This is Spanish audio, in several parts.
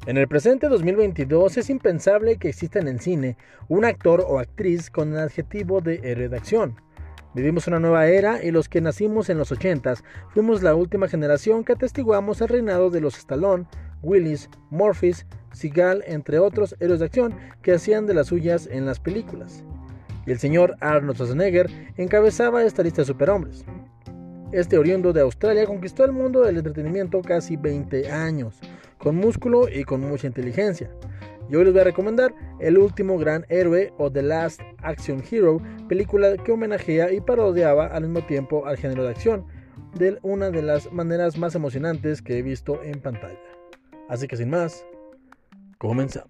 En el presente 2022 es impensable que exista en el cine un actor o actriz con el adjetivo de héroe de acción. Vivimos una nueva era y los que nacimos en los 80s fuimos la última generación que atestiguamos el reinado de los Stallone, Willis, Murphy, Seagal, entre otros héroes de acción que hacían de las suyas en las películas. Y el señor Arnold Schwarzenegger encabezaba esta lista de superhombres. Este oriundo de Australia conquistó el mundo del entretenimiento casi 20 años, con músculo y con mucha inteligencia. Y hoy les voy a recomendar El último gran héroe o The Last Action Hero, película que homenajea y parodiaba al mismo tiempo al género de acción, de una de las maneras más emocionantes que he visto en pantalla. Así que sin más, comenzamos.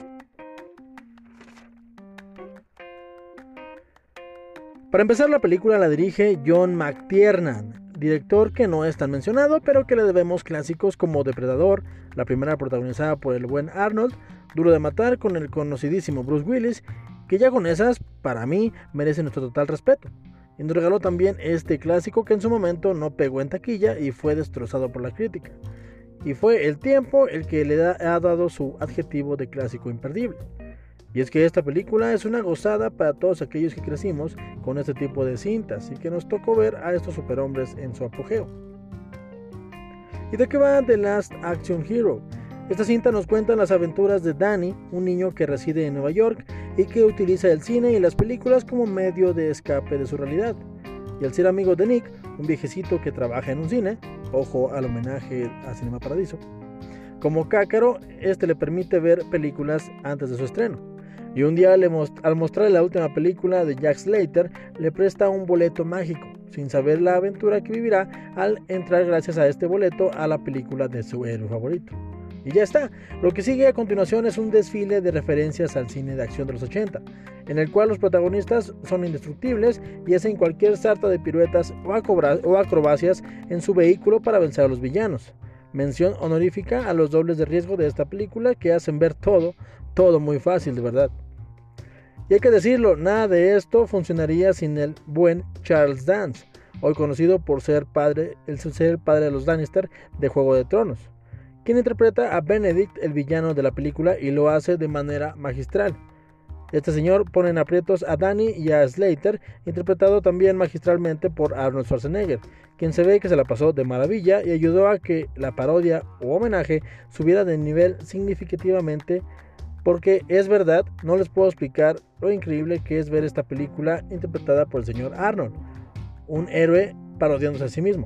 Para empezar, la película la dirige John McTiernan, director que no es tan mencionado, pero que le debemos clásicos como Depredador, la primera protagonizada por el buen Arnold, Duro de Matar con el conocidísimo Bruce Willis, que ya con esas, para mí, merecen nuestro total respeto. Y nos regaló también este clásico que en su momento no pegó en taquilla y fue destrozado por la crítica. Y fue el tiempo el que le ha dado su adjetivo de clásico imperdible. Y es que esta película es una gozada para todos aquellos que crecimos con este tipo de cintas y que nos tocó ver a estos superhombres en su apogeo. ¿Y de qué va The Last Action Hero? Esta cinta nos cuenta las aventuras de Danny, un niño que reside en Nueva York y que utiliza el cine y las películas como medio de escape de su realidad. Y al ser amigo de Nick, un viejecito que trabaja en un cine, ojo al homenaje a Cinema Paradiso, como cácaro, este le permite ver películas antes de su estreno. Y un día al mostrarle la última película de Jack Slater, le presta un boleto mágico, sin saber la aventura que vivirá al entrar gracias a este boleto a la película de su héroe favorito. Y ya está, lo que sigue a continuación es un desfile de referencias al cine de acción de los 80, en el cual los protagonistas son indestructibles y hacen cualquier sarta de piruetas o acrobacias en su vehículo para vencer a los villanos. Mención honorífica a los dobles de riesgo de esta película que hacen ver todo muy fácil, de verdad. Y hay que decirlo, nada de esto funcionaría sin el buen Charles Dance, hoy conocido por ser el padre de los Lannister de Juego de Tronos, quien interpreta a Benedict, el villano de la película, y lo hace de manera magistral. Este señor pone en aprietos a Danny y a Slater, interpretado también magistralmente por Arnold Schwarzenegger, quien se ve que se la pasó de maravilla y ayudó a que la parodia o homenaje subiera de nivel significativamente, porque es verdad, no les puedo explicar lo increíble que es ver esta película interpretada por el señor Arnold, un héroe parodiándose a sí mismo.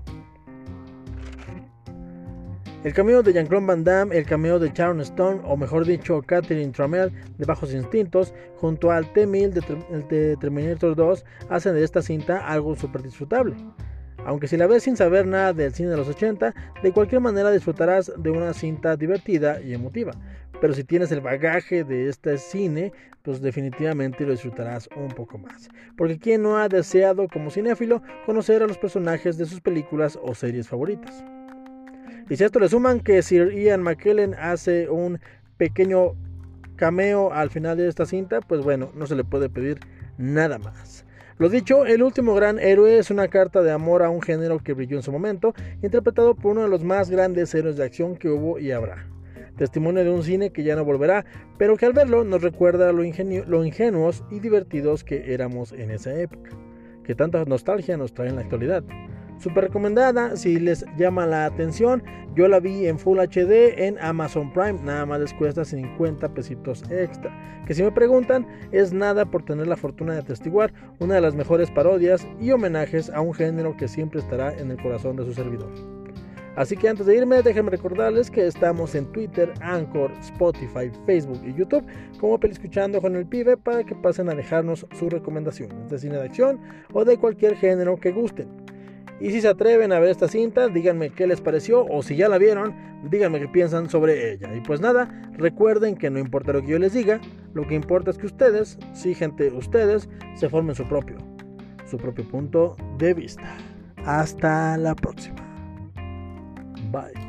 El cameo de Jean-Claude Van Damme, el cameo de Sharon Stone, o mejor dicho, Catherine Trammell de Bajos Instintos, junto al T-1000 de Terminator 2, hacen de esta cinta algo súper disfrutable. Aunque si la ves sin saber nada del cine de los 80, de cualquier manera disfrutarás de una cinta divertida y emotiva. Pero si tienes el bagaje de este cine, pues definitivamente lo disfrutarás un poco más. Porque ¿quién no ha deseado como cinéfilo conocer a los personajes de sus películas o series favoritas? Y si a esto le suman que Sir Ian McKellen hace un pequeño cameo al final de esta cinta, pues bueno, no se le puede pedir nada más. Lo dicho, El último gran héroe es una carta de amor a un género que brilló en su momento, interpretado por uno de los más grandes héroes de acción que hubo y habrá. Testimonio de un cine que ya no volverá, pero que al verlo nos recuerda lo ingenuos y divertidos que éramos en esa época, que tanta nostalgia nos trae en la actualidad. Súper recomendada, si les llama la atención. Yo la vi en Full HD en Amazon Prime, nada más les cuesta 50 pesitos extra, que si me preguntan es nada por tener la fortuna de atestiguar una de las mejores parodias y homenajes a un género que siempre estará en el corazón de su servidor. Así que antes de irme, déjenme recordarles que estamos en Twitter, Anchor, Spotify, Facebook y YouTube como Peliscuchando con el Pibe, para que pasen a dejarnos sus recomendaciones de cine de acción o de cualquier género que gusten. Y si se atreven a ver esta cinta, díganme qué les pareció, o si ya la vieron, díganme qué piensan sobre ella. Y pues nada, recuerden que no importa lo que yo les diga, lo que importa es que ustedes, sí gente, ustedes, se formen su propio punto de vista. Hasta la próxima. Bye.